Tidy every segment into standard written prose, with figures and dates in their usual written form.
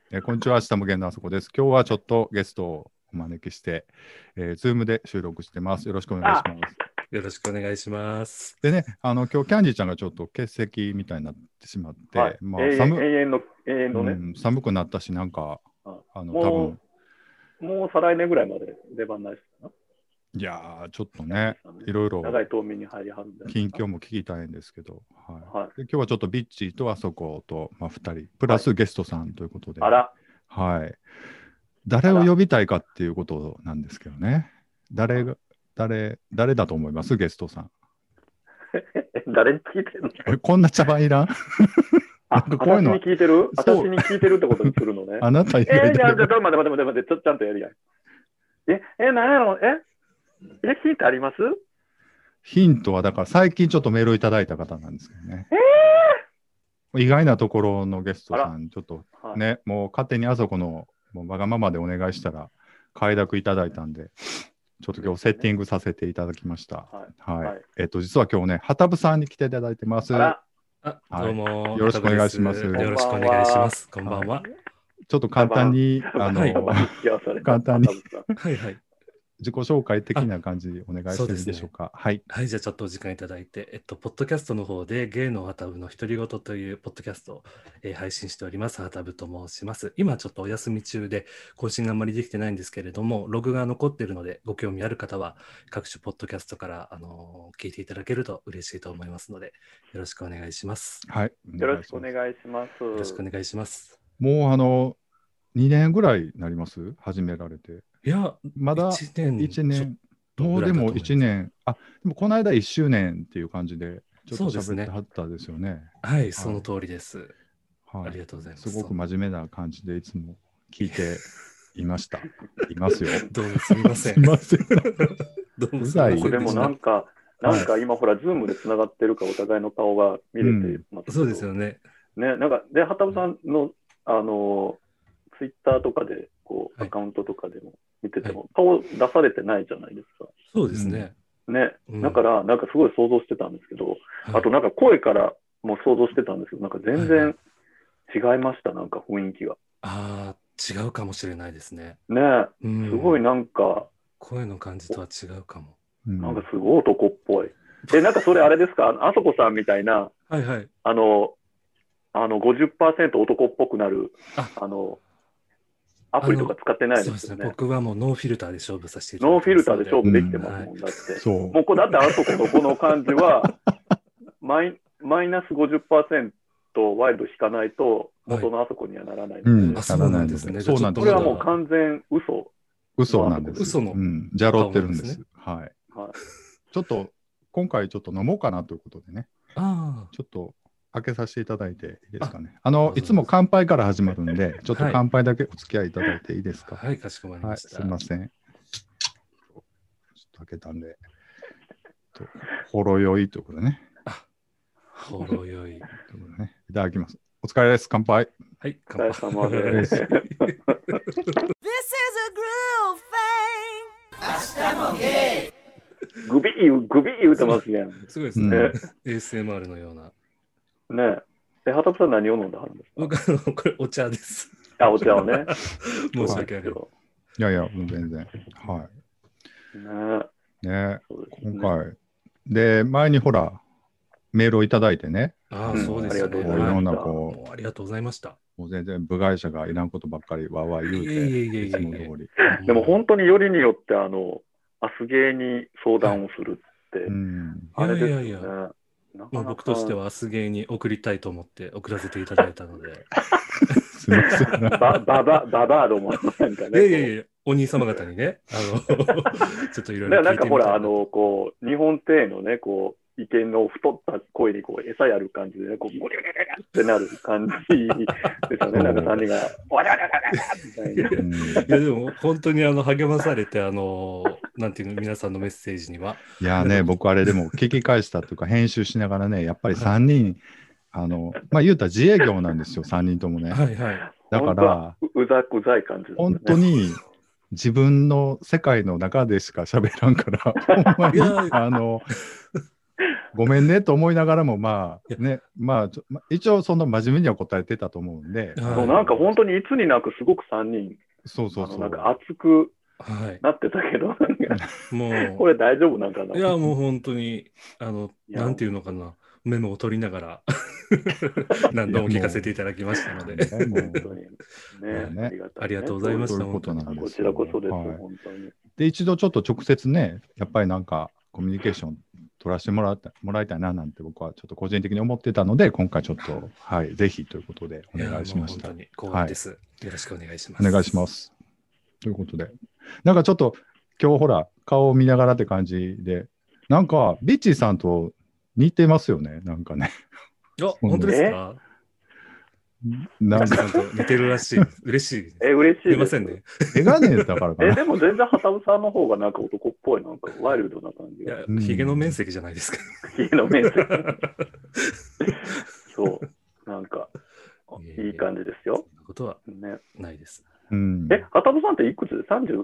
こんにちは、明日無限のあそこです。今日はちょっとゲストをお招きして、Zoom で収録してます。よろしくお願いします。 よろしくお願いします。 でね、今日キャンディーちゃんがちょっと欠席みたいになってしまって、 はい、 まあ、 永遠のね、 寒くなったし、なんか、多分もう再来年ぐらいまで出番ないですかな。 いやー、ちょっとね、いろいろ長い冬眠に入りはるんで近況も聞きたいんですけど、 はい、 で今日はちょっとビッチーとあそこと、まあ、2人、プラスゲストさんということで、 はい、 誰を呼びたいかっていうことなんですけどね。誰だと思いますゲストさん。 誰に聞いてるの？ こんな茶番いらん私に聞いてる？私に聞いてるってことにするのね。 あなた以外じゃあ、待って、ちゃんとやりやい。何やろヒントあります？ ヒントは、だから最近ちょっとメールをいただいた方なんですけどね。意外なところのゲストさん、ちょっとね、もう勝手にあそこのもうわがままでお願いしたら、快諾いただいたんで、ちょっと今日セッティングさせていただきました。実は今日ね、はたぶさんに来ていただいてます。 どうも、 よろしくお願いします。 よろしくお願いします。こんばんは。 ちょっと簡単に、簡単に、自己紹介的な感じでお願いしていいでしょうか。はい、 じゃあちょっとお時間いただいて、ポッドキャストの方で、ゲイのはたぶの独り言というポッドキャストを、配信しております、はたぶと申します。今ちょっとお休み中で、更新があまりできてないんですけれども、ログが残っているので、ご興味ある方は、各種ポッドキャストから、聞いていただけると嬉しいと思いますので、よろしくお願いします。 はい。よろしくお願いします。 よろしくお願いします。 もう2年ぐらいになります始められて。 いや、 まだ1年。もうでも1年。でもこの間1周年っていう感じで、ちょっと喋ってはったですよね。 はい、その通りです。ありがとうございます。 すごく真面目な感じでいつも聞いていました。いますよ。 どうもすみません。 すみません。 どうもすみません。 でもなんか今ほら、ズームでつながってるかお互いの顔が見れてます。 そうですよね。 ね、なんか、で、はたぶさんの、ツイッターとかで、こう、アカウントとかでも見てても、顔出されてないじゃないですか。 そうですね。 ね、だから、なんかすごい想像してたんですけど、あとなんか声からも想像してたんですけど、なんか全然違いました、なんか雰囲気が。 違うかもしれないですね。 ね、すごいなんか、 声の感じとは違うかも。 なんかすごい男っぽい。なんかそれあれですか、あそこさんみたいな、50% 男っぽくなる、アプリとか使ってないですよね。 僕はもうノーフィルターで勝負させていただいてます。ノーフィルターで勝負できてますもん、だって。もうこれだってあそこのこの感じは、マイナス 50% ワイルド引かないと元のあそこにはならないので。 そうなんですね。 そうなんです。これはもう完全嘘なんです。 嘘の。 じゃろってるんです。はい。ちょっと、今回ちょっと飲もうかなということでね。ちょっと開けさせていただいていいですかね。いつも乾杯から始まるんで、ちょっと乾杯だけお付き合いいただいていいですか。 はい、かしこまりました。 すいません。ちょっと開けたんで。ほろ酔いということでね。 ほろ酔い。 いただきます。お疲れです。乾杯。 はい、 乾杯様です。グビー言うてますやん。 すごいですね。ASMR のような。 ねえ。はたぶさん何を飲んではるんですか？ 僕これお茶です。 お茶をね。 申し訳ない。 いや、もう全然。はい。ね今回。で、前にほら、メールをいただいてね。 そうですね。 いろんなこう。ありがとうございました。 もう全然部外者がいらんことばっかりわわ言うて、いつも通り。 でも本当によりによってアスゲーに相談をするって、あれですよね。 僕としてはアスゲーに送りたいと思って送らせていただいたので。 すみません。 ババードもなんかね。 いや、お兄様方にね、ちょっといろいろ。 なんかほら、こう、日本庭のね、こう、意見の太った声にこう餌やる感じでね、こう、ゴリゴリゴリってなる感じですよね。なんか3人が、わらわらわらみたいな。 いや、でも本当に励まされて、なんていうの、皆さんのメッセージには。 いやね、僕あれでも聞き返したというか、編集しながらね、やっぱり3人、言うたら自営業なんですよ、3人ともね。だから、 うざい感じ、 本当に自分の世界の中でしか喋らんから、ほんまに、 ごめんねと思いながらも、まあね、一応そんな真面目には答えてたと思うんで。 そうなんか本当にいつになくすごく3人、なんか熱くなってたけど、なんかもうこれ大丈夫なんかな。 いや、もう本当に、なんていうのかな、メモを取りながら何度も聞かせていただきましたので。 本当にね、 ありがとうございました。 こちらこそです、本当に。 で、一度ちょっと直接ね、やっぱりなんかコミュニケーション取らせてもらいたいななんて僕はちょっと個人的に思ってたので、今回ちょっと、はい、ぜひということでお願いしました。 本当に光栄です、よろしくお願いします。 お願いします。ということで、なんかちょっと今日ほら、顔を見ながらって感じで、なんかビッチーさんと似てますよね、なんかね。 本当ですか？ なんか似てるらしい。嬉しい。 嬉しい。 すいませんね。 メガネだからかな。 でも全然、畑部さんの方がなんか男っぽい、なんかワイルドな感じ。 いや、ヒゲの面積じゃないですか。 ヒゲの面積。そう。なんか、いい感じですよ。 そんなことはないです。 畑部さんっていくつで 33？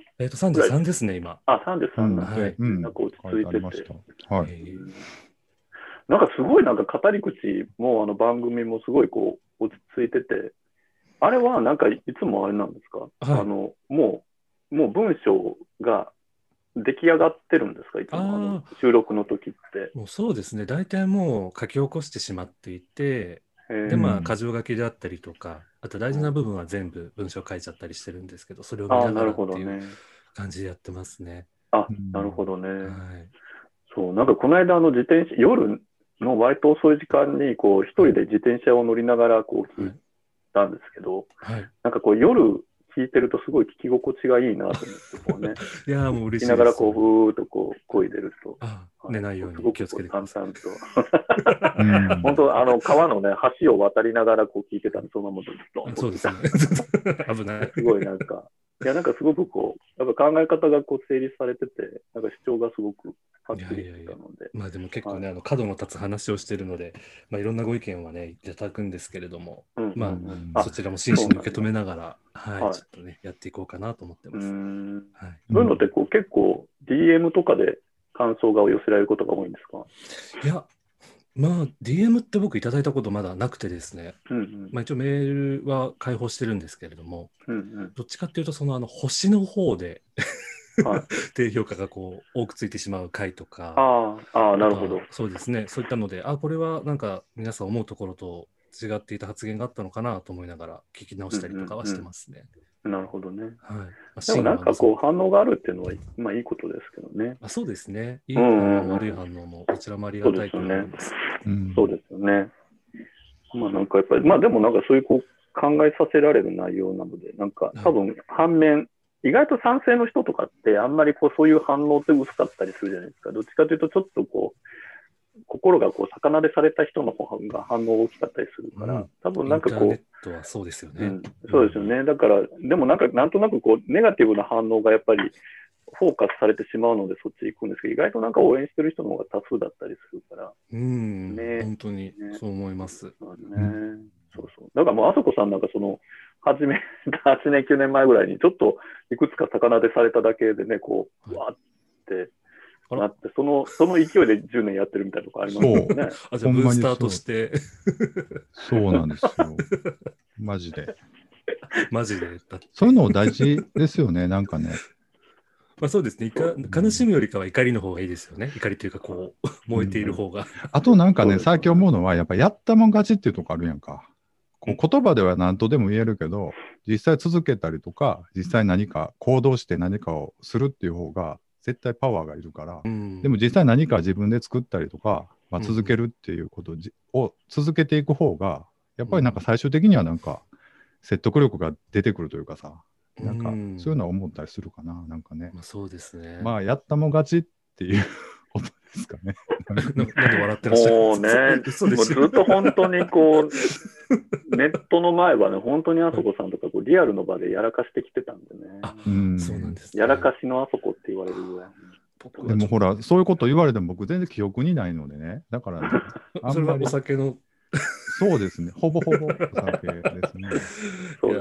33ですね、今。 33なんで、なんか落ち着いてて。 はい。 なんかすごいなんか語り口も番組もすごいこう落ち着いてて、あれはなんかいつもあれなんですか、もう文章が出来上がってるんですか、いつも収録の時って。 もうそうですね、大体もう書き起こしてしまっていて、で箇条書きであったりとか、あと大事な部分は全部文章書いちゃったりしてるんですけど、それを見ながらっていう感じでやってますね。 なるほどね。そう、なんかこの間自転車、夜の割と遅い時間にこう一人で自転車を乗りながらこう聞いたんですけど、なんかこう夜聞いてるとすごい聞き心地がいいなと思ってこうね。 いやもう嬉しいです。 聞きながらこうふーっとこう漕いでると、 寝ないように気をつけてください。 淡々と本当川のね橋を渡りながらこう聞いてたんで、そのままずっと。 そうですね。危ない。 すごいなんか。いやなんかすごくこうやっぱ考え方がこう整理されてて、なんか主張がすごくはっきりしてたので。 まあでも結構ね、角の立つ話をしているので、いろんなご意見はねいただくんですけれども、そちらも真摯に受け止めながら、ちょっとねやっていこうかなと思ってます。そういうのってこう結構 DM とかで感想が寄せられることが多いんですか？ いや。DM って僕いただいたことまだなくてですね、一応メールは開放してるんですけれども、どっちかっていうと星の方で低評価がこう多くついてしまう回とか、 なるほど。 そうですね、そういったので、これはなんか皆さん思うところと違っていた発言があったのかなと思いながら聞き直したりとかはしてますね。 なるほどね。でもなんかこう反応があるっていうのはいいことですけどね。 そうですね。いい反応、悪い反応もどちらもありがたいと思います。 そうですよね。なんかやっぱりでもなんかそういうこう考えさせられる内容なので、なんか多分反面意外と賛成の人とかってあんまりこうそういう反応って薄かったりするじゃないですか。どっちかというとちょっとこう心がこう逆なでされた人の方が反応大きかったりするから、多分なんかこう、インターネットはそうですよね。そうですよね。だからでもなんとなくこうネガティブな反応がやっぱりフォーカスされてしまうのでそっち行くんですけど、意外となんか応援してる人の方が多数だったりするから。 本当にそう思います。 そうそう。だからもうあそこさんなんか始めた8年9年前ぐらいにちょっといくつか逆なでされただけでね、こうわーってなって、その勢いで10年やってるみたいなとこありますよね。 じゃあブースターとしてそうなんですよ。マジで。 マジで。 そういうの大事ですよね、なんかね。 そうですね。悲しみよりかは怒りの方がいいですよね。怒りというか、こう、燃えている方が。 あとなんかね、最近思うのは、やっぱやったもん勝ちっていうとこあるやんか。こう言葉では何とでも言えるけど、実際続けたりとか、実際何か行動して何かをするっていう方が、絶対パワーがいるから、でも実際何か自分で作ったりとか、続けるっていうことを続けていく方が、やっぱりなんか最終的にはなんか説得力が出てくるというかさ、なんかそういうのは思ったりするかな、なんかね。 そうですね。 やったもん勝ちっていうことですかね。 なんで笑ってらっしゃるんですか？もうずっと本当にこう、ネットの前はね、本当にあそこさんとかこうリアルの場でやらかしてきてたんでね。 そうなんです。 やらかしのあそこって言われるぐらい。 でもほら、そういうこと言われても僕全然記憶にないのでね。だからね、 それはお酒の。 そうですね。ほぼほぼお酒ですね。 そう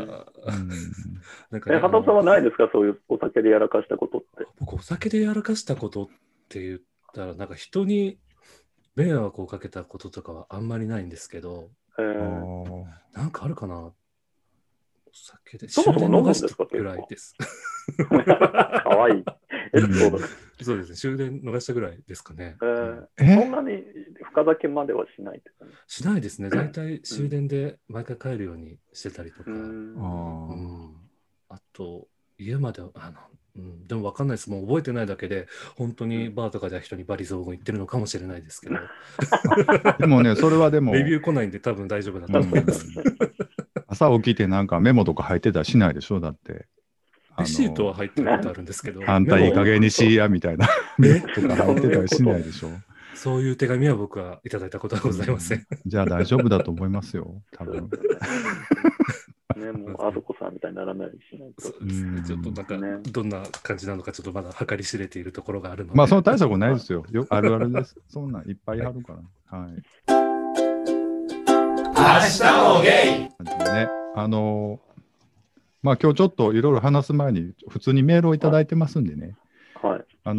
ですね。畑さんはないですか、そういうお酒でやらかしたことって。 僕、お酒でやらかしたことって言ったら、なんか人に迷惑をかけたこととかはあんまりないんですけど、なんかあるかな。お酒でそもそも飲むんですか、 終電逃したぐらいです。 かわいい。エピソード。 そうですね、終電逃したぐらいですかね。 そんなに深酒まではしないですかね。 しないですね。大体終電で毎回帰るようにしてたりとか。あと、家まで、でも分かんないです。もう覚えてないだけで、本当にバーとかで人にバリ雑言言ってるのかもしれないですけど。 でもね、それはでも。 レビュー来ないんで多分大丈夫だと思います。 朝起きてなんかメモとか入ってたりしないでしょだって。 レシートは入ってることあるんですけど。 あんたいい加減にしやみたいなメモとか入ってたりしないでしょ。 そういう手紙は僕はいただいたことはございません。 じゃあ大丈夫だと思いますよ、多分。 ね、もうあそこさんみたいにならないようにしないと。 そうですね。ちょっとなんか、どんな感じなのか、ちょっとまだ計り知れているところがあるので。 まあ、その大したことないですよ。あるあるです。そんなんいっぱいあるから。はい。明日もゲイね、まあ今日ちょっといろいろ話す前に普通にメールをいただいてますんでね。 はい。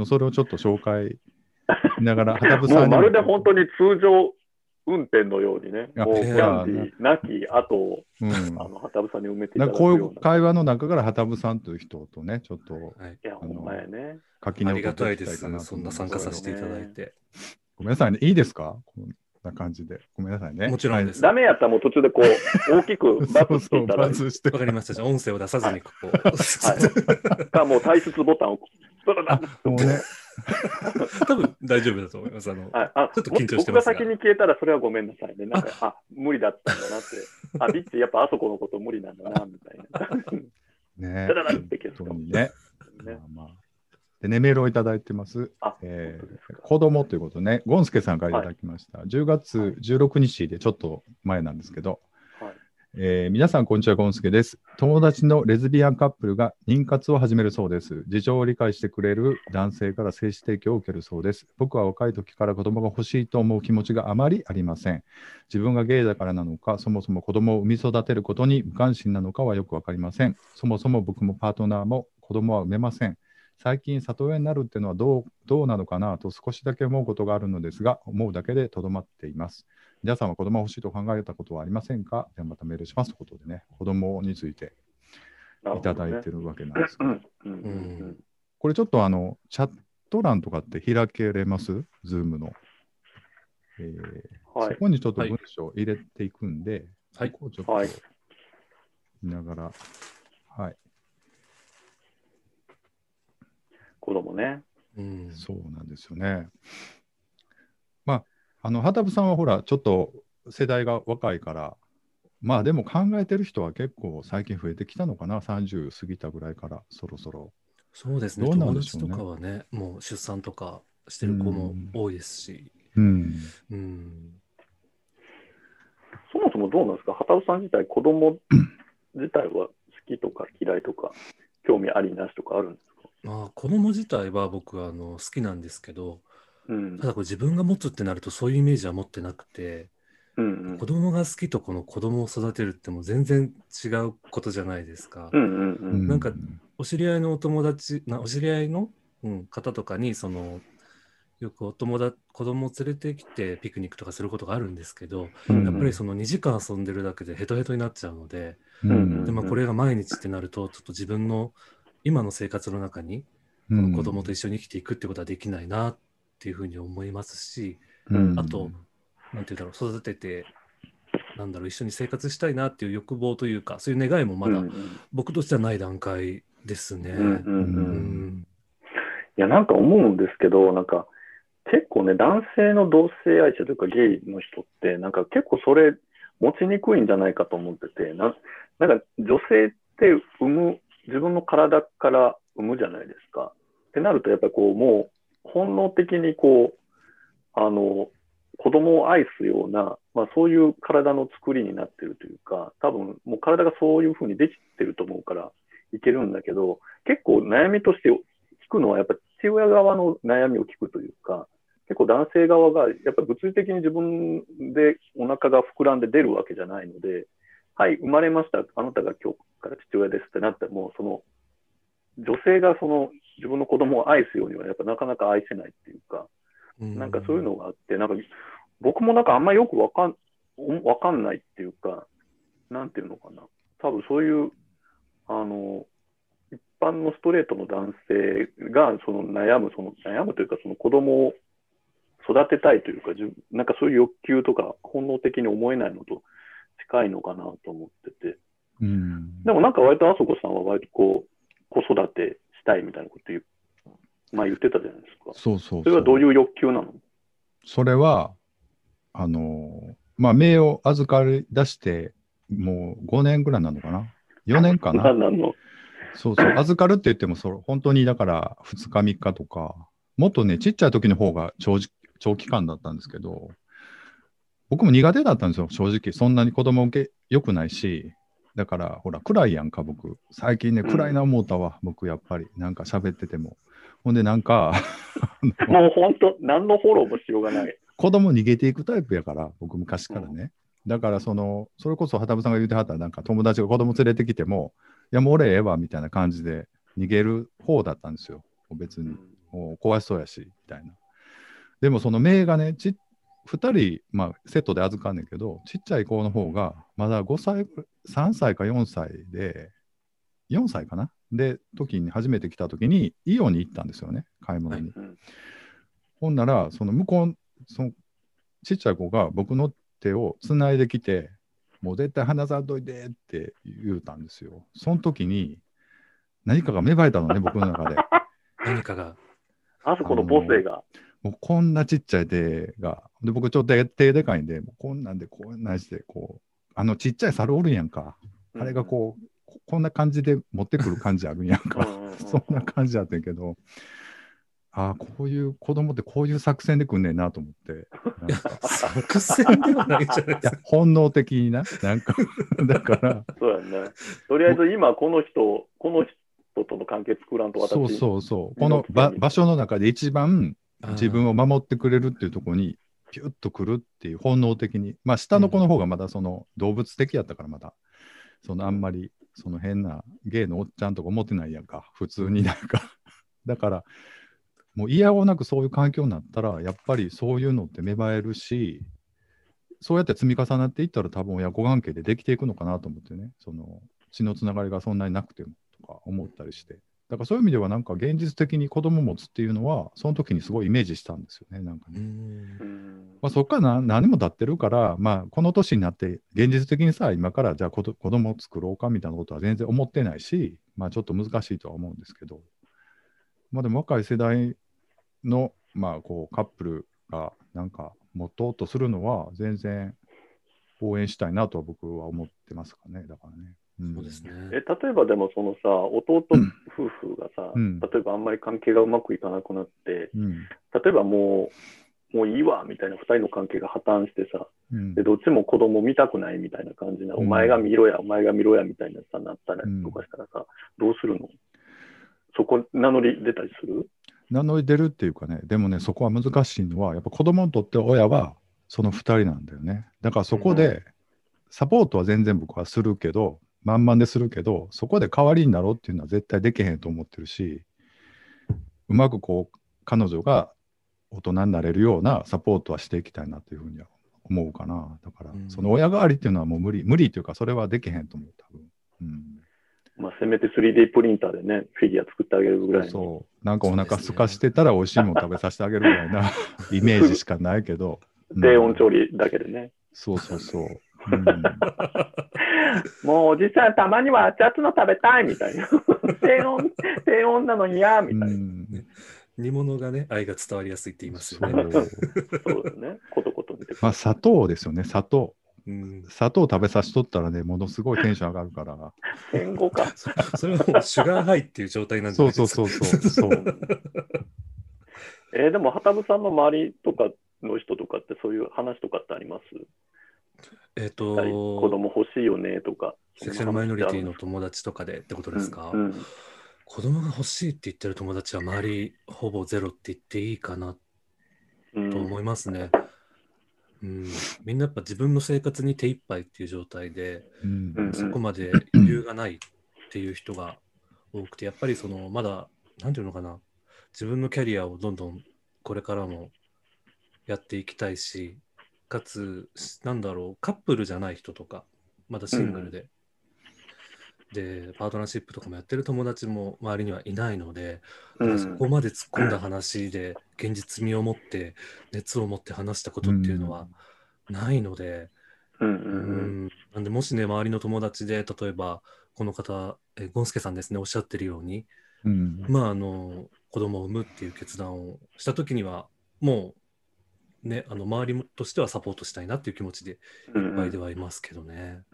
それをちょっと紹介しながら、 はたぶさんもうまるで本当に通常運転のようにね、もうキャンディーなき後を、はたぶさんに埋めていただくような。 こういう会話の中からはたぶさんという人とね、ちょっと、 いや、ほんまやね。 ありがたいです。そんな参加させていただいて。 ごめんなさいね、いいですかこんな感じで。ごめんなさいね。 もちろんです。 ダメやったらもう途中でこう、大きくバツしていただいて。 わかりました。じゃあ音声を出さずにこう。 か、もう退出ボタンを。 もうね。 多分大丈夫だと思います。ちょっと緊張してますが。僕が先に消えたらそれはごめんなさいね。なんか、無理だったんだなって。ビッチやっぱあそこのこと無理なんだな、みたいな。 ね。 だだだって消すかも。 ね。でね、メールをいただいてます。子供ということね、ゴンスケさんからいただきました。10月16日でちょっと前なんですけど、皆さん、こんにちは、ゴンスケです。友達のレズビアンカップルが妊活を始めるそうです。事情を理解してくれる男性から精子提供を受けるそうです。僕は若い時から子供が欲しいと思う気持ちがあまりありません。自分がゲイだからなのか、そもそも子供を産み育てることに無関心なのかはよくわかりません。そもそも僕もパートナーも子供は産めません。最近、里親になるっていうのはどうなのかなと少しだけ思うことがあるのですが、思うだけでとどまっています。皆さんは子供欲しいと考えたことはありませんか？ではまたメールしますということでね、子供についていただいてるわけなんですけど、これちょっとチャット欄とかって開けれます？ズームの。そこにちょっと文章を入れていくんで、そこをちょっと見ながら、はい。 子供ね。 そうなんですよね。まあ、はたぶさんはほら、ちょっと世代が若いから、まあでも考えてる人は結構最近増えてきたのかな、30過ぎたぐらいからそろそろ。 そうですね、友達とかはね、もう出産とかしてる子も多いですし。 そもそもどうなんですか、はたぶさん自体、子供自体は好きとか嫌いとか、興味ありなしとかあるんですか？ 子供自体は僕は好きなんですけど、ただこれ自分が持つってなるとそういうイメージは持ってなくて、子供が好きとこの子供を育てるってもう全然違うことじゃないですか。なんかお知り合いのお友達、お知り合いの、方とかによく子供を連れてきてピクニックとかすることがあるんですけど、やっぱりその2時間遊んでるだけでヘトヘトになっちゃうので、でこれが毎日ってなるとちょっと自分の今の生活の中にこの子供と一緒に生きていくってことはできないなっていうふうに思いますし、あとなんていうんだろう、育てて一緒に生活したいなっていう欲望というか、そういう願いもまだ僕としてはない段階ですね。 いや、なんか思うんですけど、なんか結構ね、男性の同性愛者というかゲイの人って、なんか結構それ持ちにくいんじゃないかと思ってて、なんか女性って自分の体から産むじゃないですか。ってなると、やっぱりこう、もう本能的にこう、子供を愛すような、そういう体の作りになってるというか、多分もう体がそういうふうにできてると思うからいけるんだけど、結構悩みとして聞くのはやっぱ父親側の悩みを聞くというか、結構男性側がやっぱ物理的に自分でお腹が膨らんで出るわけじゃないので、はい、生まれました、あなたが今日から父親ですってなっても、その女性がその自分の子供を愛すようにはやっぱなかなか愛せないっていうか、 なんかそういうのがあって、なんか僕もなんかあんまりよくわかんないっていうか、なんていうのかな。多分そういう、一般のストレートの男性が悩むというか、その子供を育てたいというか、なんかそういう欲求とか本能的に思えないのと近いのかなと思ってて。でもなんか割とあそこさんは割と子育てしたいみたいなこと言ってたじゃないですか。 そうそうそう。 それはどういう欲求なの？ それは、名を預かり出して、もう5年ぐらいなのかな ?4 年かなそうそう。預かるって言っても、本当にだから2日3日とか、もっとね、ちっちゃい時の方が長期間だったんですけど、僕も苦手だったんですよ、正直。そんなに子供受け良くないし、だから、ほら、暗いやんか、僕。最近ね、暗いな思うたわ、僕、やっぱり。なんか喋ってても。ほんで、なんかもう本当、何のフォローもしようがない。 子供逃げていくタイプやから、僕、昔からね。だから、それこそ、畑部さんが言ってはったら、なんか友達が子供連れてきても、いや、もう俺ええわ、みたいな感じで逃げる方だったんですよ。別に。もう怖しそうやし、みたいな。でも、その姪がね、2人、セットで預かんねんけど、ちっちゃい子の方が、まだ5歳、3歳か4歳で、4歳かなで、時に初めて来た時に、イオンに行ったんですよね、買い物に。ほんなら、向こう、ちっちゃい子が僕の手をつないできて、もう絶対離さんといてって言うたんですよ。その時に、何かが芽生えたのね、僕の中で。 何かが。 あそこの母性が。 もうこんなちっちゃい手が、で僕ちょっと手でかいんで、こんなんでこうなんして、ちっちゃい猿おるやんか。あれがこんな感じで持ってくる感じあるんやんか。そんな感じやったんやけど、こういう子供ってこういう作戦でくんねんなと思って。 作戦ではないじゃないですか。 本能的にな。なんか、だから。 そうやね。とりあえず今この人との関係作らんと私。 そう。この場所の中で一番自分を守ってくれるっていうところにピュッとくるっていう本能的に。下の子の方がまだ動物的やったからまだ。あんまり変なゲイのおっちゃんとか思ってないやんか。普通になんか。だから、もう嫌をなくそういう環境になったら、やっぱりそういうのって芽生えるし、そうやって積み重なっていったら多分親子関係でできていくのかなと思ってね。血のつながりがそんなになくてもとか思ったりして。だからそういう意味ではなんか現実的に子供持つっていうのは、その時にすごいイメージしたんですよね。なんかね。そこから何も経ってるから、この年になって現実的にさ、今からじゃあ子供を作ろうかみたいなことは全然思ってないし、ちょっと難しいとは思うんですけど、でも若い世代の、カップルがなんか持とうとするのは全然応援したいなとは僕は思ってますかね。だからね。 そうですね。 例えばでも弟夫婦がさ、例えばあんまり関係がうまくいかなくなって、例えばもういいわみたいな2人の関係が破綻してさ、でどっちも子供見たくないみたいな感じな、お前が見ろやお前が見ろやみたいなさなったりとかしたらさ、どうするの？そこ名乗り出たりする？ 名乗り出るっていうかね、でもね、そこは難しいのは、やっぱ子供にとって親はその2人なんだよね。だからそこで、サポートは全然僕はするけど、満々でするけど、そこで代わりになろうっていうのは絶対できへんと思ってるし、うまく彼女が大人になれるようなサポートはしていきたいなというふうには思うかな。だから、その親代わりっていうのはもう無理というか、それはできへんと思う、多分。 せめて 3D プリンターでね、フィギュア作ってあげるぐらいの。 そう。なんかお腹空かしてたら美味しいもの食べさせてあげるぐらいなイメージしかないけど。 低温調理だけでね。 そう。 もうおじさんたまには熱々の食べたいみたいな。低温なのに嫌みたいな。 煮物がね、愛が伝わりやすいって言いますよね。 そうですね。ことこと見て。 砂糖ですよね、砂糖。砂糖食べさせとったらね、ものすごいテンション上がるから。 戦後か。 それはもうシュガーハイっていう状態なんじゃないですか。 そう。 でも、畑部さんの周りとかの人とかってそういう話とかってあります？子供欲しいよねとか。 セクシャルマイノリティの友達とかでってことですか？子供が欲しいって言ってる友達は周りほぼゼロって言っていいかなと思いますね。みんなやっぱ自分の生活に手一杯っていう状態で、そこまで余裕がないっていう人が多くて、やっぱりまだなんていうのかな、自分のキャリアをどんどんこれからもやっていきたいし、かつ、なんだろう、カップルじゃない人とか、まだシングルで、で、パートナーシップとかもやってる友達も周りにはいないので、なんかそこまで突っ込んだ話で、現実味を持って、熱を持って話したことっていうのはないので、なんで、もしね、周りの友達で、例えば、この方、ゴンスケさんですね、おっしゃってるように、まあ、子供を産むっていう決断をしたときには、もう、ね、周りとしてはサポートしたいなっていう気持ちでいっぱいではいますけどね。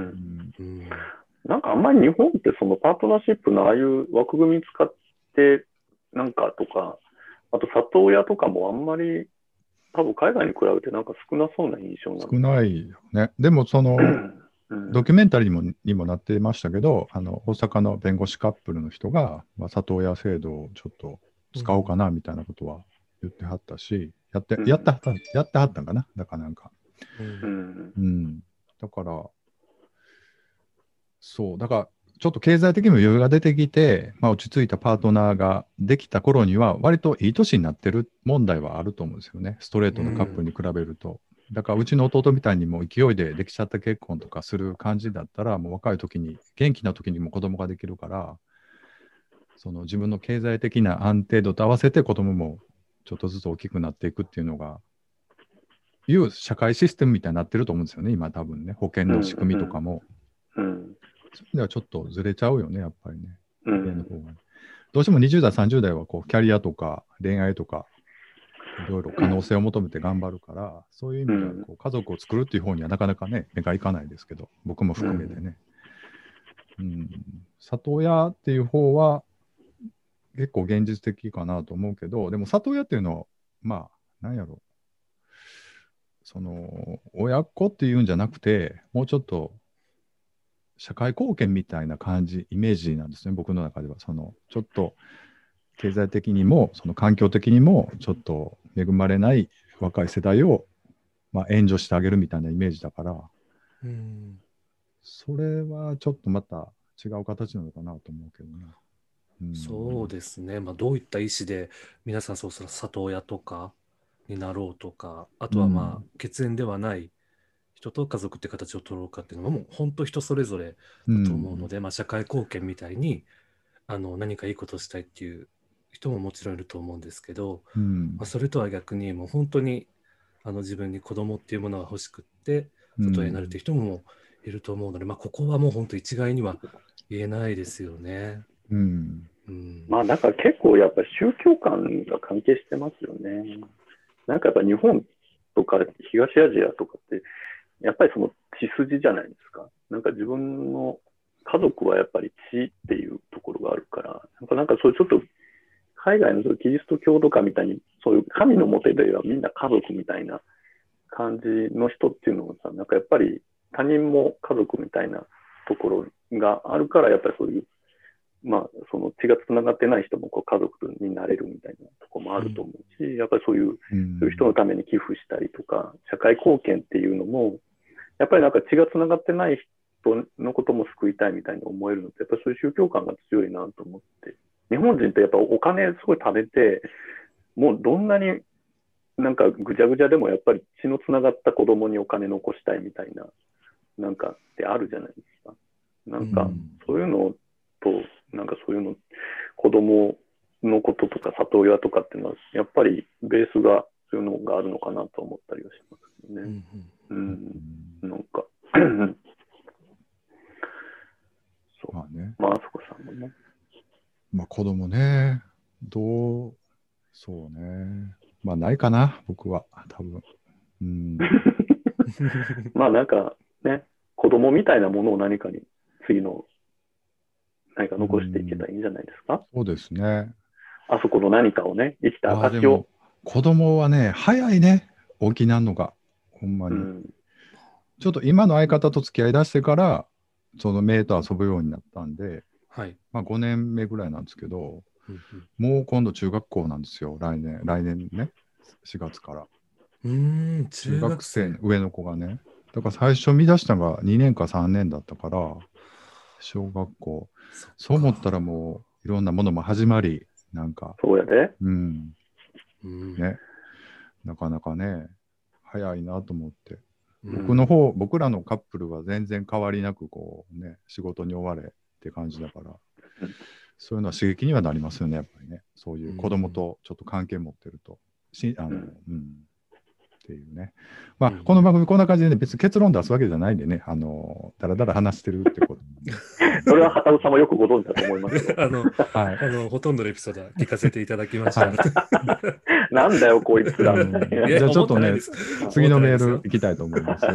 なんかあんまり日本ってそのパートナーシップのああいう枠組み使ってなんかとか、あと里親とかもあんまり多分海外に比べてなんか少なそうな印象なんです。 少ないよね。でもその、ドキュメンタリーにもなってましたけど、大阪の弁護士カップルの人が、里親制度をちょっと使おうかなみたいなことは言ってはったし、やってはったんかな、だからなんか。だから、そう、だからちょっと経済的にも余裕が出てきて、落ち着いたパートナーができた頃には、割といい年になってる問題はあると思うんですよね、ストレートのカップルに比べると。だからうちの弟みたいにもう勢いでできちゃった結婚とかする感じだったら、もう若い時に、元気な時にも子供ができるから、その自分の経済的な安定度と合わせて子供もちょっとずつ大きくなっていくっていうのが、いう社会システムみたいになってると思うんですよね、今多分ね、保険の仕組みとかも。そういう意味ではちょっとずれちゃうよね、やっぱりね。家の方がどうしても20代、30代はこうキャリアとか恋愛とか、いろいろ可能性を求めて頑張るから、そういう意味ではこう家族を作るっていう方にはなかなかね、目がいかないですけど、僕も含めてね。里親っていう方は結構現実的かなと思うけど、でも里親っていうのは、なんやろ、その親子っていうんじゃなくて、もうちょっと社会貢献みたいな感じ、イメージなんですね、僕の中では。そのちょっと経済的にも、その環境的にも、ちょっと恵まれない若い世代を、援助してあげるみたいなイメージだから、それはちょっとまた違う形なのかなと思うけどね。 そうですね、どういった意思で皆さんそうする里親とかになろうとか、あとは血縁ではない人と家族って形を取ろうかっていうのはもう本当人それぞれだと思うので、社会貢献みたいに何かいいことをしたいっていう人ももちろんいると思うんですけど、それとは逆にもう本当に自分に子供っていうものが欲しくって里親になるっていう人もいると思うので、ここはもう本当一概には言えないですよね。 なんか結構やっぱり宗教観が関係してますよね。なんかやっぱ日本とか東アジアとかってやっぱりその血筋じゃないですか。なんか自分の家族はやっぱり血っていうところがあるから、やっぱなんかそういうちょっと海外のキリスト教とかみたいにそういう神のもてではみんな家族みたいな感じの人っていうのはさ、なんかやっぱり他人も家族みたいなところがあるから、やっぱりそういうその血がつながってない人もこう家族になれるみたいなところもあると思うし、やっぱりそういう人のために寄付したりとか、社会貢献っていうのも、やっぱりなんか血がつながってない人のことも救いたいみたいに思えるのって、やっぱりそういう宗教観が強いなと思って、日本人ってやっぱお金すごい貯めて、もうどんなになんかぐちゃぐちゃでもやっぱり血のつながった子供にお金残したいみたいな、なんかってあるじゃないですか。なんかそういうのと、なんかそういうの、子供のこととか里親とかっていうのは、やっぱりベースがそういうのがあるのかなと思ったりはしますよね。なんかそう。あそこさんもね。 子供ね、そうね。ないかな、僕は、多分。 なんかね、子供みたいなものを何かに、次の何か残していけたらいいんじゃないですか。 そうですね。 あそこの何かをね、生きた証を。 子供はね、早いね、大きなのが、ほんまに。ちょっと今の相方と付き合いだしてから、その姪と遊ぶようになったんで、5年目ぐらいなんですけど、もう今度中学校なんですよ、来年ね、4月から。中学生上の子がね。だから最初見出したのが2年か3年だったから、小学校。そう思ったらもういろんなものも始まり、なんか。 そうやで。 ね。 なかなかね、早いなと思って。 うん僕らのカップルは全然変わりなくこうね、仕事に追われって感じだから、そういうのは刺激にはなりますよね、やっぱりね。そういう子供とちょっと関係持ってると。っていうね。まあ、この番組こんな感じでね、別に結論出すわけじゃないんでね、だらだら話してるってこと。 それは畑尾さんもよくご存知だと思いますよ。 ほとんどのエピソードは聞かせていただきました。 なんだよ、こいつら。 じゃあちょっとね、次のメールいきたいと思います。はい。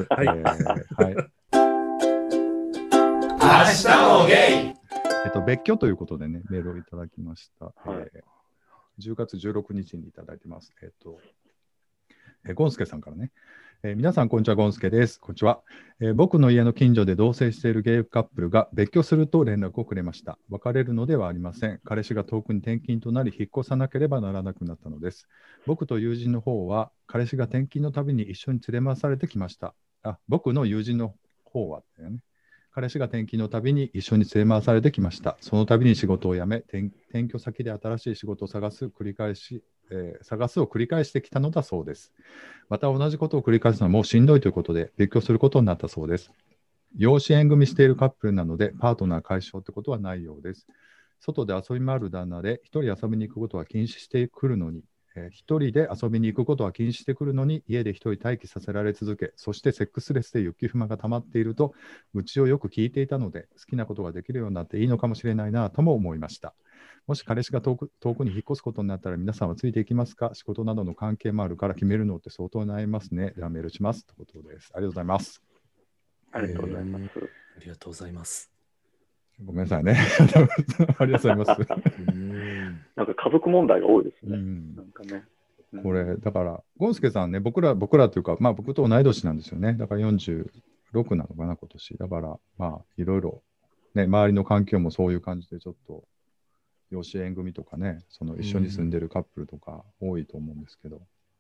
明日もゲイ別居ということでね、メールをいただきました。10月16日にいただいてます。ゴンスケさんからね。皆さん、こんにちは、ゴンスケです。こんにちは。僕の家の近所で同棲しているゲイカップルが別居すると連絡をくれました。別れるのではありません。彼氏が遠くに転勤となり、引っ越さなければならなくなったのです。僕と友人の方は、彼氏が転勤のたびに一緒に連れ回されてきました。僕の友人の方はだよね。彼氏が転勤のたびに一緒に連れ回されてきました。そのたびに仕事を辞め、転居先で新しい仕事を探すを繰り返してきたのだそうです。また同じことを繰り返すのはもうしんどいということで別居することになったそうです。養子縁組しているカップルなのでパートナー解消ってことはないようです。外で遊び回る旦那で一人遊びに行くことは禁止してくるのに、一人で遊びに行くことは禁止してくるのに家で一人待機させられ続け、そしてセックスレスで雪不満が溜まっていると愚痴をよく聞いていたので、好きなことができるようになっていいのかもしれないなとも思いました。もし彼氏が遠くに引っ越すことになったら皆さんはついていきますか？仕事などの関係もあるから決めるのって相当悩みますね。ではメールします。ということです。ありがとうございます。 ありがとうございます。 ありがとうございます。 ごめんなさいね。ありがとうございます。 なんか家族問題が多いですね。なんかね。 これ、だから、ゴンスケさんね、僕らというか、まあ僕と同い年なんですよね。だから46なのかな、今年。だから、まあ、いろいろ、ね、周りの環境もそういう感じで、ちょっと、養子縁組とかね、一緒に住んでるカップルとか多いと思うんですけど、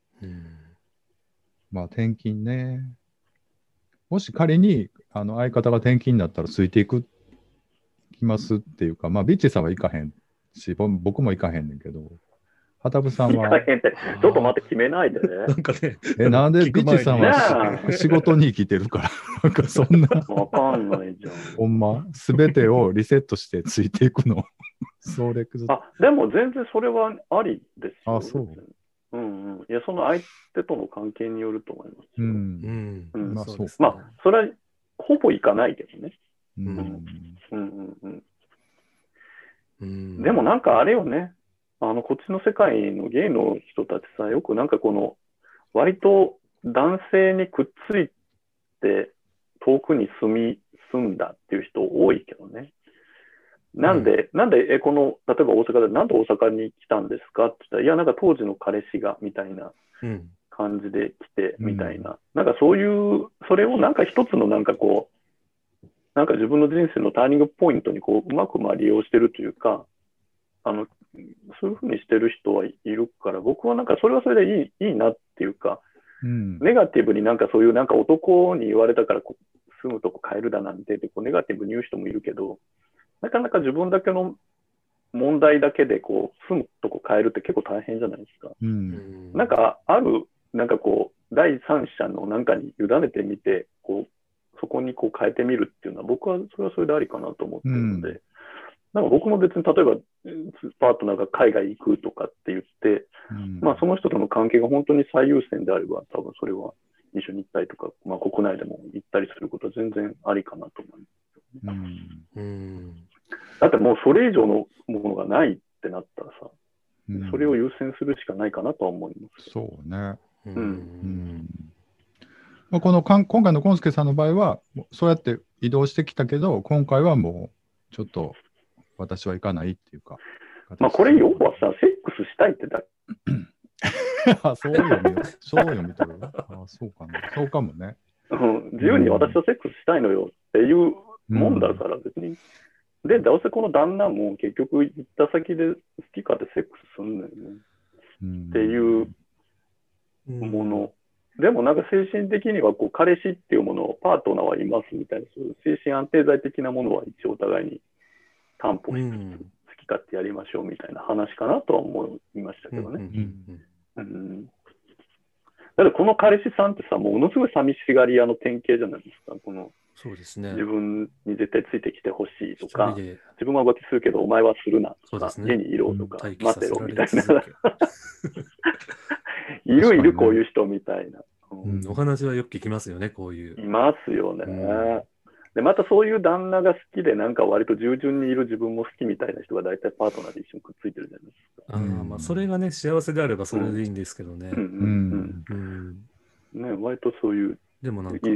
まあ、転勤ね。もし仮に相方が転勤になったらついてきますっていうか、まあ、ビッチさんは行かへんし、僕も行かへんねんけど、畑部さんは。 ちょっと待って、決めないでね。 なんかね、 なんでビッチさんは仕事に生きてるから、なんかそんな。 わかんないじゃん。 ほんま、すべてをリセットしてついていくの。 でも全然それはありですよ。 そう。 いや、その相手との関係によると思いますよ。 まあ、そう。 まあ、それはほぼいかないけどね。でもなんかあれよね。こっちの世界のゲイの人たちさ、よくなんか割と男性にくっついて遠くに住んだっていう人多いけどね。なんで、例えば大阪でなんで大阪に来たんですかって言ったら、いや、なんか当時の彼氏がみたいな感じで来てみたいな。なんかそういう、それをなんか一つのなんかなんか自分の人生のターニングポイントにうまく利用してるというか、そういうふうにしてる人はいるから、僕はなんかそれはそれでいいなっていうか、ネガティブになんかそういうなんか男に言われたから住むとこ変えるだなんてネガティブに言う人もいるけど、なかなか自分だけの問題だけで住むとこ変えるって結構大変じゃないですか。なんかなんか第三者のなんかに委ねてみて、そこに変えてみるっていうのは、僕はそれはそれでありかなと思ってるので、なんか僕も別に例えばパートナーが海外行くとかって言って、まあその人との関係が本当に最優先であれば、多分それは一緒に行ったりとか、まあ国内でも行ったりすることは全然ありかなと思います。だってもうそれ以上のものがないってなったらさ、それを優先するしかないかなとは思います。 そうね。まあ、今回のゴンスケさんの場合は、そうやって移動してきたけど、今回はもうちょっと私は行かないっていうか。 まあこれ要はさ、セックスしたいってだけ。そう読み取る。そうかな。そうかもね。 自由に私はセックスしたいのよっていうもんだから別に。で、どうせこの旦那も結局行った先で好きかってセックスすんのよね。っていうもの。でもなんか精神的には彼氏っていうものをパートナーはいますみたいな、そういう精神安定剤的なものは一応お互いに担保しつつ、好き勝手やりましょうみたいな話かなとは思いましたけどね。 だってこの彼氏さんってさ、ものすごい寂しがり屋の典型じゃないですか。このそうですね。 自分に絶対ついてきてほしいとか、 一人で自分は浮気するけどお前はするなとか、 そうですね家にいろとか、 待機待てさせられろみたいな。 続けいるいるこういう人みたいな。 お話はよく聞きますよね、こういう。 いますよね。 うんで、またそういう旦那が好きで、なんか割と従順にいる自分も好きみたいな人が大体パートナーで一緒にくっついてるじゃないですか。 まあ、それがね、幸せであればそれでいいんですけどね。 ね、割とそういう。 でもなんか、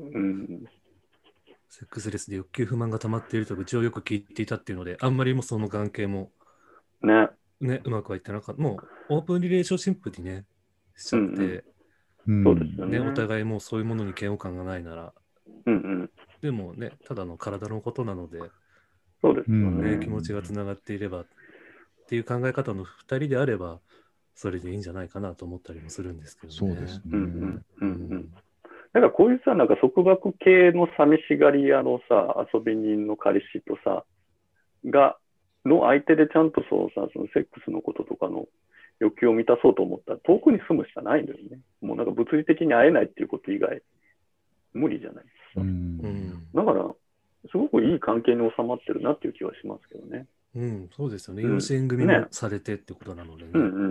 セックスレスで欲求不満が溜まっているとうちをよく聞いていたっていうので、あんまりもその関係もね、 うまくはいってなかった。もうオープンリレーションシップにね、しちゃって、 そうですよね。 お互いもうそういうものに嫌悪感がないなら、でもね、ただの体のことなので、 そうですよね。 気持ちがつながっていればっていう考え方の2人であれば、それでいいんじゃないかなと思ったりもするんですけどね。 そうですね。 なんかこういうさ、なんか束縛系の寂しがり屋のさ、遊び人の彼氏とさ、の相手でちゃんとそうさ、そのセックスのこととかの欲求を満たそうと思ったら遠くに住むしかないんだよね。もうなんか物理的に会えないっていうこと以外、無理じゃないですか。だから、すごくいい関係に収まってるなっていう気はしますけどね。 そうですよね。養子縁組もされてってことなのでね。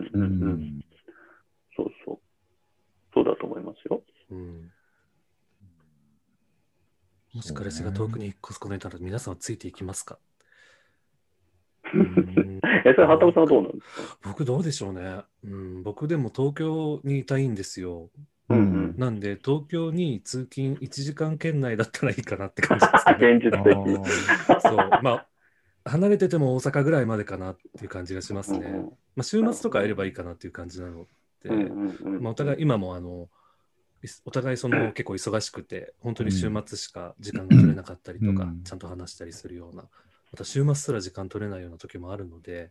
そうそう。そうだと思いますよ。 もし彼氏が遠くに引っ越すことになったら皆さんはついていきますか？ それ、畑尾さんはどうなんですか？ 僕どうでしょうね。僕でも東京にいたいんですよ。なんで、東京に通勤1時間圏内だったらいいかなって感じですね。 現実的。 そう。まあ、離れてても大阪ぐらいまでかなっていう感じがしますね。まあ、週末とか会えればいいかなっていう感じなので、まあ、お互い、今もお互い結構忙しくて、本当に週末しか時間が取れなかったりとか、ちゃんと話したりするような、また週末すら時間取れないような時もあるので、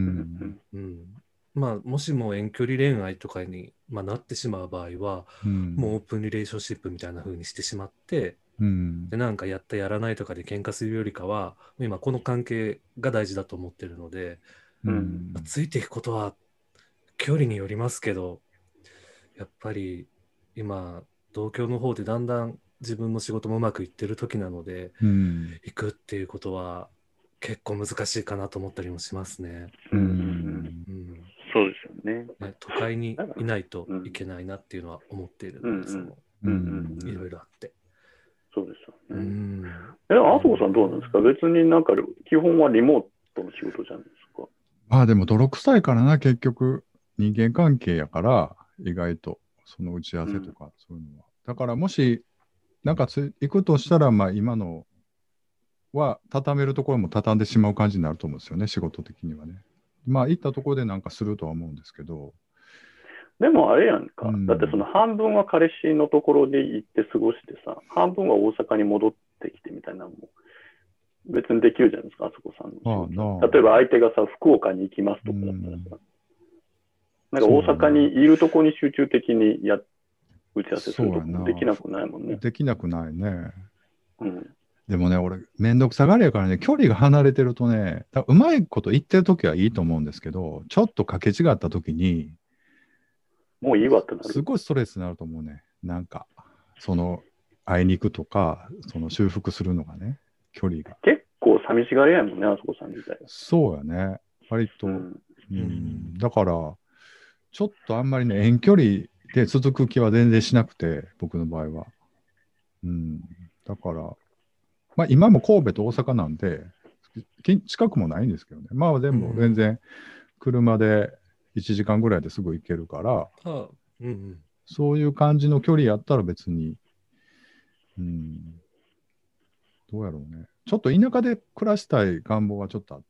まあ、もしも遠距離恋愛とかに、なってしまう場合は、もうオープンリレーションシップみたいな風にしてしまって、でなんかやったやらないとかで喧嘩するよりかは、今この関係が大事だと思ってるので、ついていくことは距離によりますけど、やっぱり今東京の方でだんだん自分の仕事もうまくいってる時なので、行くっていうことは結構難しいかなと思ったりもしますね。 そうですよね。 都会にいないといけないなっていうのは思っているので、いろいろあって。 そうですよね。あそこさんどうなんですか？別になんか基本はリモートの仕事じゃないですか。 まあでも泥臭いからな、結局人間関係やから、意外とその打ち合わせとかそういうのは。だからもしなんか行くとしたら、まあ今のは畳めるところも畳んでしまう感じになると思うんですよね、仕事的にはね。まあ行ったところでなんかするとは思うんですけど。 でもあれやんか、だってその半分は彼氏のところで行って過ごしてさ、半分は大阪に戻ってきてみたいなのも別にできるじゃないですか、あそこさんの。例えば相手がさ、福岡に行きますとかだったらさ、なんか大阪にいるところに集中的に打ち合わせするとかできなくないもんね。 できなくないね。でもね、俺、めんどくさがりやからね、距離が離れてるとね、うまいこと言ってるときはいいと思うんですけど、ちょっとかけ違ったときに、 もういいわってなる。 すごいストレスになると思うね。なんか、会いに行くとか、修復するのがね、距離が。 結構寂しがりやもんね、あそこさんみたいな。 そうやね。割と。だから、ちょっとあんまりね、遠距離で続く気は全然しなくて、僕の場合は。だから、まあ今も神戸と大阪なんで、近くもないんですけどね。まあでも全然車で1時間ぐらいですぐ行けるから、そういう感じの距離やったら別に、どうやろうね。ちょっと田舎で暮らしたい願望はちょっとあって、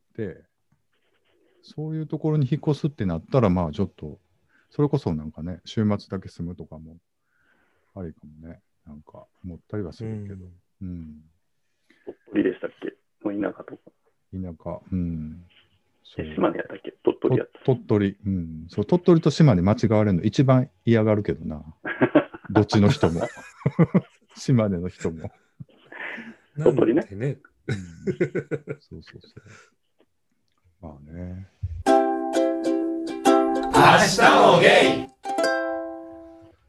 そういうところに引っ越すってなったら、まあちょっと、それこそなんかね、週末だけ住むとかもありかもね。なんか思ったりはするけど。 鳥取でしたっけ？もう田舎とか。 田舎、 島根やったっけ？鳥取やった。 鳥取、そう、鳥取と島根間違われるの一番嫌がるけどな。どっちの人も。島根の人も。 鳥取ね。 そう。まあね。明日もゲイ。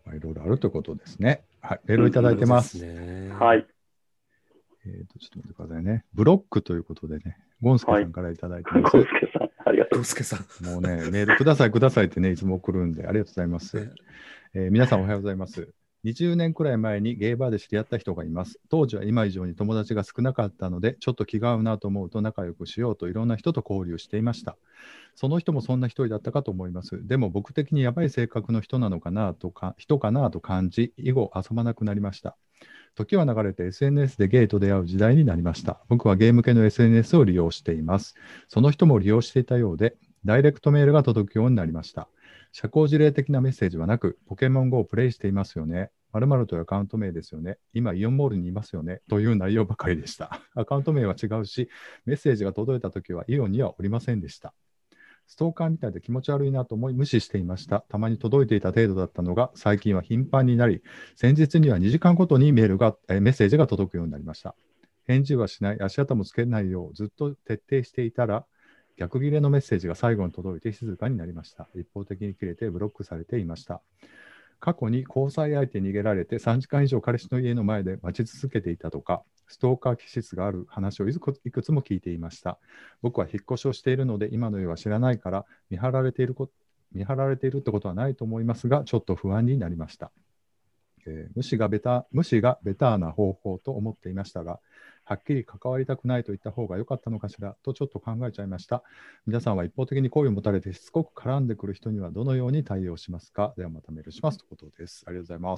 いろいろあるということですね。はい、メールをいただいてます。 そうですね。 はい。 ちょっと待ってくださいね。ブロックということでね、ゴンスケさんからいただいてます。 ゴンスケさん、ありがとう。 ゴンスケさん。 もうね、メールくださいってね、いつも送るんで、ありがとうございます。 ね皆さんおはようございます。20年くらい前にゲイバーで知り合った人がいます。当時は今以上に友達が少なかったので、ちょっと気が合うなと思うと仲良くしようといろんな人と交流していました。その人もそんな一人だったかと思います。でも僕的にやばい性格の人なのかなとか、人かなと感じ、以後遊ばなくなりました。時は流れて SNS でゲイと出会う時代になりました。僕はゲーム系の SNS を利用しています。その人も利用していたようで、ダイレクトメールが届くようになりました。社交辞令的なメッセージはなく、ポケモン GO をプレイしていますよね。〇〇というアカウント名ですよね。今、イオンモールにいますよね。という内容ばかりでした。アカウント名は違うし、メッセージが届いたときはイオンにはおりませんでした。ストーカーみたいで気持ち悪いなと思い無視していました。たまに届いていた程度だったのが、最近は頻繁になり、先日には2時間ごとにメッセージが届くようになりました。返事はしない、足跡もつけないようずっと徹底していたら、逆切れのメッセージが最後に届いて静かになりました。一方的に切れてブロックされていました。過去に交際相手に逃げられて3時間以上彼氏の家の前で待ち続けていたとか、ストーカー気質がある話をいくつも聞いていました。僕は引っ越しをしているので今の世は知らないから見張られているってことはないと思いますが、ちょっと不安になりました。無視がベターな方法と思っていましたが、はっきり関わりたくないと言った方が良かったのかしらとちょっと考えちゃいました。皆さんは一方的に好意を持たれてしつこく絡んでくる人にはどのように対応しますか。ではまたメールしますということです。ありがとうございます。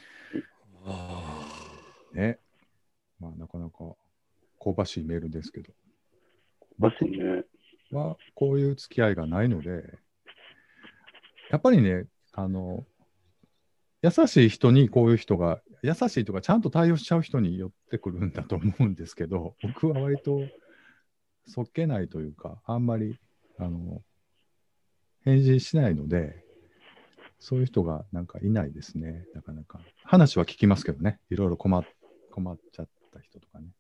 ね、まあなかなか香ばしいメールですけど、 香ばしいね。 はこういう付き合いがないので、やっぱりね、優しい人にこういう人が、優しいとかちゃんと対応しちゃう人に寄ってくるんだと思うんですけど、僕は割とそっけないというか、あんまり返事しないので、そういう人がなんかいないですね、なかなか。話は聞きますけどね、いろいろ困っちゃった人とかね。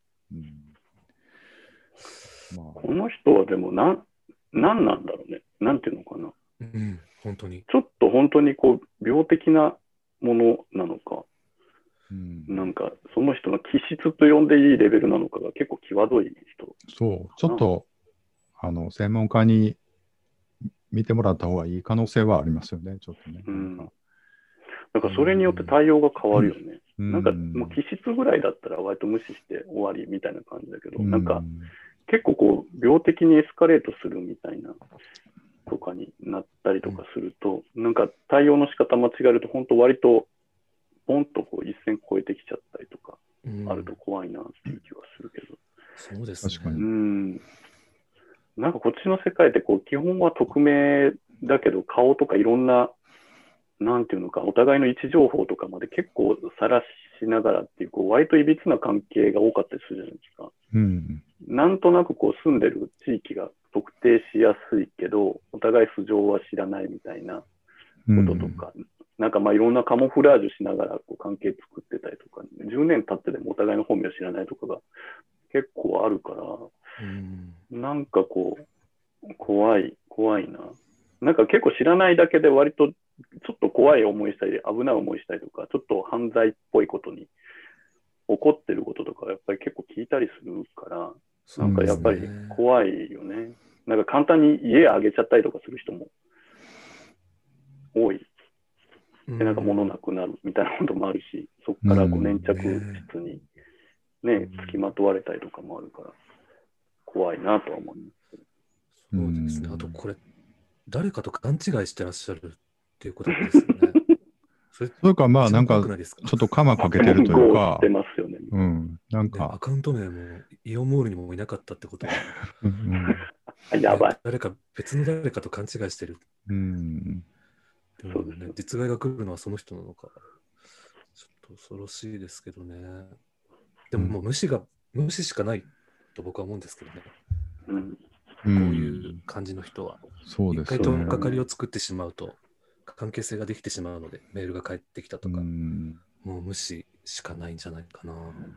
まあ、 この人はでもなんなんだろうね。なんていうのかな。 本当に。 ちょっと本当にこう、病的なものなのか、なんかその人の気質と呼んでいいレベルなのかが結構際どい人。 そう、ちょっと専門家に見てもらった方がいい可能性はありますよね、ちょっとね。 なんかそれによって対応が変わるよね。なんかもう気質ぐらいだったら割と無視して終わりみたいな感じだけど、なんか結構こう病的にエスカレートするみたいなとかになったりとかすると、なんか対応の仕方間違えると本当割とポンとこう一線越えてきちゃったりとかあると怖いなっていう気はするけど。 そうですね。 確かに。 なんかこっちの世界ってこう基本は匿名だけど顔とかいろんななんていうのかお互いの位置情報とかまで結構晒しながらっていうこう割といびつな関係が多かったりするじゃないですか。なんとなくこう住んでる地域が特定しやすいけどお互い素性は知らないみたいなこととか、なんかまあいろんなカモフラージュしながらこう関係作ってたりとか、10年経ってでもお互いの本名知らないとかが結構あるから、なんかこう怖いな。なんか結構知らないだけで割とちょっと怖い思いしたり危ない思いしたりとかちょっと犯罪っぽいことに起こってることとかやっぱり結構聞いたりするから、なんかやっぱり怖いよね。なんか簡単に家あげちゃったりとかする人も多い。でなんか物なくなるみたいなこともあるし、そこからこう粘着質にね、付きまとわれたりとかもあるから怖いなとは思います。 そうですね。あとこれ誰かと勘違いしてらっしゃるっていうことですよね。 それかまあなんかちょっとカマかけてるというか、なんかアカウント名もイオンモールにもいなかったってことは、 やばい。 別の誰かと勘違いしてる。でもね、実害が来るのはその人なのか、ちょっと恐ろしいですけどね。でももう無視しかないと僕は思うんですけどね。こういう感じの人は。 そうですね。 一回とっかかりを作ってしまうと、関係性ができてしまうので、メールが返ってきたとか、もう無視しかないんじゃないかな。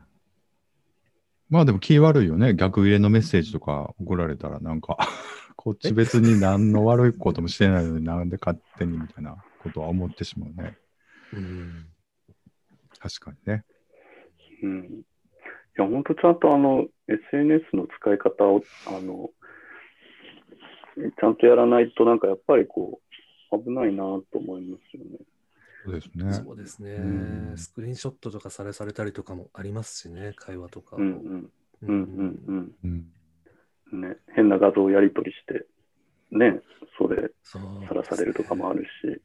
まあでも気悪いよね。逆入れのメッセージとか送られたらなんかこっち別に何の悪いこともしてないのになんで勝手にみたいなことは思ってしまうね。 確かにね。 うん。いや、本当ちゃんとSNS の使い方を、ちゃんとやらないと、なんかやっぱりこう、危ないなと思いますよね。 そうですね。 そうですね。スクリーンショットとかされたりとかもありますしね、会話とかを。 ね、変な画像をやり取りして、ね、それ、さらされるとかもあるし。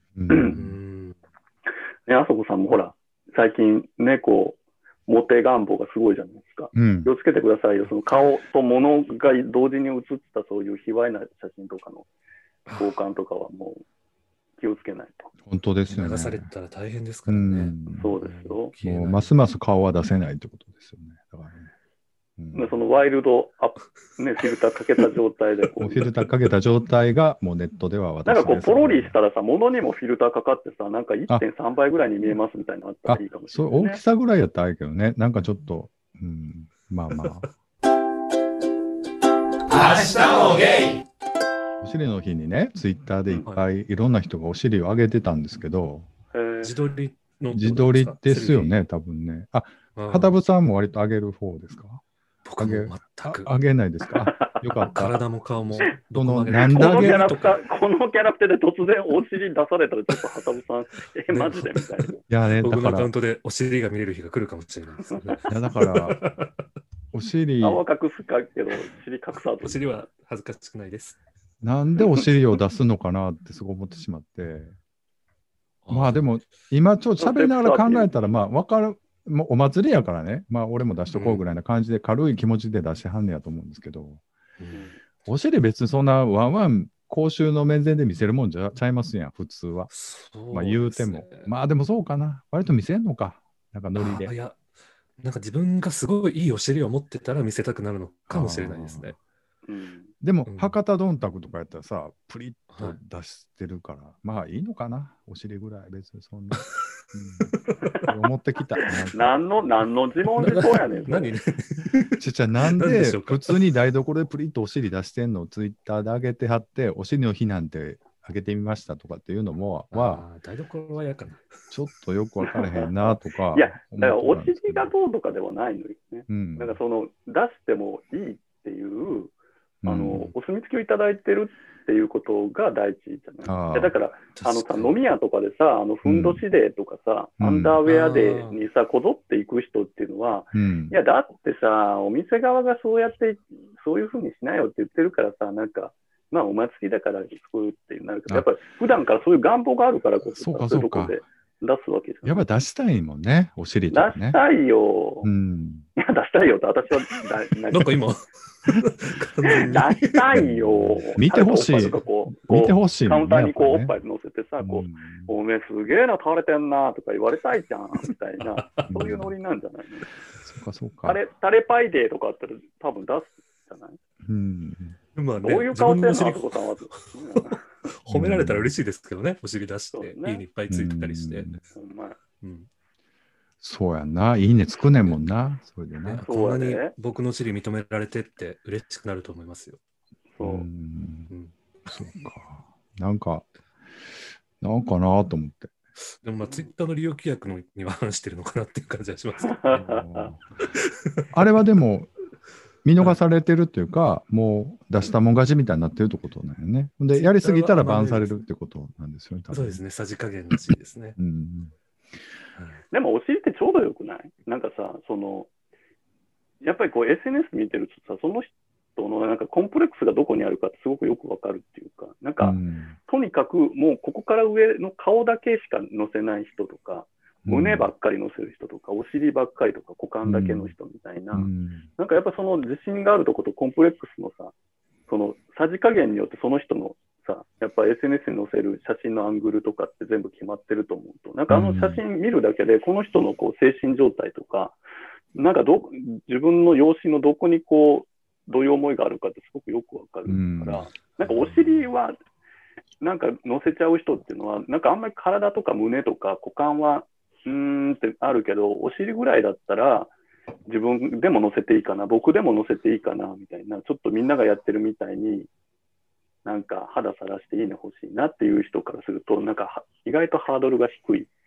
ね、あそこさんもほら、最近ね、こう、モテ願望がすごいじゃないですか。気をつけてくださいよ。その顔と物が同時に写ったそういう卑猥な写真とかの交換とかはもう気をつけないと。 本当ですよね。 流されたら大変ですからね。 そうですよ。 もうますます顔は出せないってことですよね。だからね。 そのワイルドアップ、ね、フィルターかけた状態でこう。 フィルターかけた状態がもうネットでは私なんかこう、ポロリしたらさ、物にもフィルターかかってさ、なんか 1.3 倍ぐらいに見えますみたいなのあったらいいかもしれない、ね。 そう大きさぐらいやったらいいけどね。なんかちょっと、まあまあ。明日もゲイお尻の日にね、ツイッターでいっぱいいろんな人がお尻を上げてたんですけど、 自撮りの自撮りですよね、多分ね。はたぶさんも割と上げる方ですか？ 僕も全く上げないですか？よかった。 体も顔もなんで上げるとか。 このキャラクターで突然お尻出されたらちょっとはたぶさん、マジでみたいな。いやね、 僕のアカウントでお尻が見れる日が来るかもしれないですね。 いやだからお尻。 顔は隠すかけど、尻隠さず。 お尻は恥ずかしくないです。 なんでお尻を出すのかなってすごい思ってしまって。まあでも、今ちょっと喋りながら考えたら、まあ分かる。もうお祭りやからね、まあ俺も出しとこうぐらいな感じで軽い気持ちで出しはんねやと思うんですけど、お尻別にそんなワンワン公衆の面前で見せるもんじゃちゃいますやん、普通は。まあ言うても。まあでもそうかな。割と見せんのか。なんかノリで。 いや、なんか自分がすごいいいお尻を持ってたら見せたくなるのかもしれないですね。 でも、博多どんたくとかやったらさ、プリッと出してるから、まあいいのかな、お尻ぐらい、別にそんな。思ってきた。 何の自問自答やねん。 何なんで普通に台所でプリッとお尻出してんのをツイッターで上げてはって、お尻の日なんて上げてみましたとかっていうのも台所は嫌かな。 ちょっとよく分からへんなとか。 いや、だからお尻がどうとかではないのよね。なんかその出してもいいっていう、お墨付きをいただいてるっていうことが第一じゃない。だからさ、飲み屋とかでさ、ふんどしデーとかさ、アンダーウェアデーにさ、こぞっていく人っていうのは、いや、だってさ、お店側がそうやって、そういうふうにしないよって言ってるからさ、なんか、まあ、お祭りだからそうってなるけど、やっぱり普段からそういう願望があるからこそ、そういうところで出すわけですよ、ね。 やっぱり出したいもんね、お尻とかね。 出したいよ。いや、出したいよって私はなんか今出したいよ。 見てほしい。見てほしい。 カウンターにこうおっぱい乗せてさ、こう、おめえすげえな、垂れてんなとか言われたいじゃん、みたいな、そういうノリなんじゃないの？ そうか、そうか。 タレパイデーとかあったら多分出すじゃない？ まあね、 どういう顔してんの、あそこさんは。 褒められたら嬉しいですけどね、お尻出して、いいにいっぱいついてたりして。 そうやんな、いいねつくねんもんな、それでね。 こんなに僕の尻認められてって嬉しくなると思いますよ。 そう。 そうか。なんかなと思って。 でもまあ、ツイッターの利用規約には反してるのかなっていう感じはしますけど。 あれはでも、見逃されてるっていうか、もう出したもん勝ちみたいになってるってことなんよね。で、やりすぎたらバンされるってことなんですよね。 そうですね、さじ加減らしいですね。 でも、お尻ってちょうどよくない？なんかさ、やっぱりこう SNS 見てるとさ、その人のなんかコンプレックスがどこにあるかってすごくよくわかるっていうか、なんか、とにかくもうここから上の顔だけしか載せない人とか、胸ばっかり載せる人とか、お尻ばっかりとか、股間だけの人みたいな、なんかやっぱその自信があるところとコンプレックスのさ、そのさじ加減によってその人のさ、やっぱ SNS に載せる写真のアングルとかって全部決まってると思うと、なんか写真見るだけで、この人のこう精神状態とか、なんか自分の容姿のどこにこう、どういう思いがあるかってすごくよくわかるから、なんかお尻は、なんか載せちゃう人っていうのは、なんかあんまり体とか胸とか股間は、ってあるけど、お尻ぐらいだったら、自分でも載せていいかな、僕でも載せていいかな、みたいな、ちょっとみんながやってるみたいに、なんか肌さらしていいね欲しいなっていう人からすると、なんか意外とハードルが低い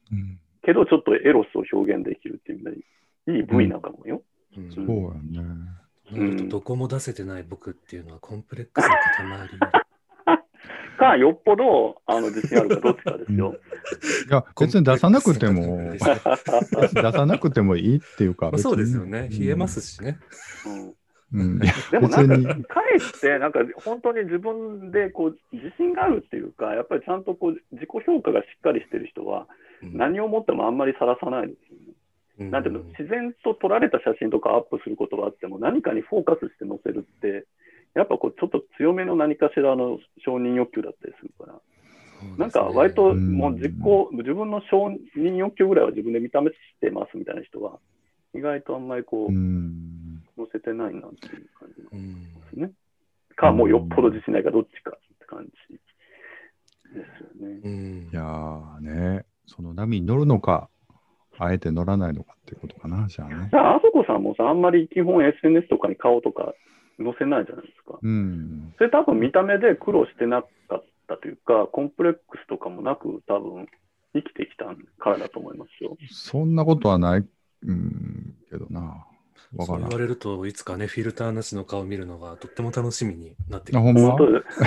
けどちょっとエロスを表現できるっていう意味でいい部位なんかもよ。 そうやね。 どこも出せてない僕っていうのはコンプレックスの塊。 か、よっぽど自信あるかどっちかですよ。 いや、別に出さなくても、出さなくてもいいっていうか、 そうですよね。冷えますしね。 でもなんか、かえって、なんか本当に自分でこう自信があるっていうか、やっぱりちゃんとこう自己評価がしっかりしてる人は、何をもってもあんまりさらさないですよね。なんていうの、自然と撮られた写真とかアップすることがあっても、何かにフォーカスして載せるって、やっぱこうちょっと強めの何かしらの承認欲求だったりするから、なんか割ともう自分の承認欲求ぐらいは自分で認めしてますみたいな人は、意外とあんまりこう、載せてないなっていう感じですね。か、もうよっぽど自信ないかどっちかって感じですよね。 いやーね、その波に乗るのか、あえて乗らないのかっていうことかな、じゃあね。 あそこさんもさ、あんまり基本 SNS とかに顔とか載せないじゃないですか。それ多分見た目で苦労してなかったというか、コンプレックスとかもなく多分生きてきたからだと思いますよ。 そんなことはないけどな。 そう言われるといつかね、フィルターなしの顔を見るのがとっても楽しみになってきます。ほんま？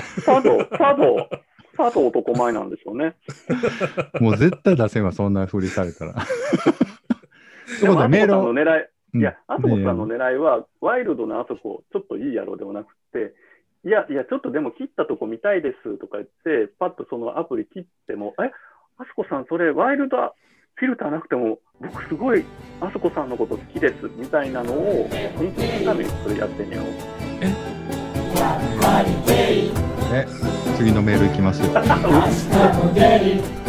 さぞ男前なんでしょうね。 もう絶対出せんわ、そんなふりされたら。 でも、あそこさんの狙い、いや、あそこさんの狙いは、ワイルドなあそこ、ちょっといいやろうではなくて、いや、ちょっとでも切ったとこ見たいですとか言って、パッとそのアプリ切っても、あそこさん、それ、ワイルドフィルターなくても、僕すごい、あそこさんのこと好きですみたいなのを、認識するためにそれやってみよう。 次のメールいきますよ。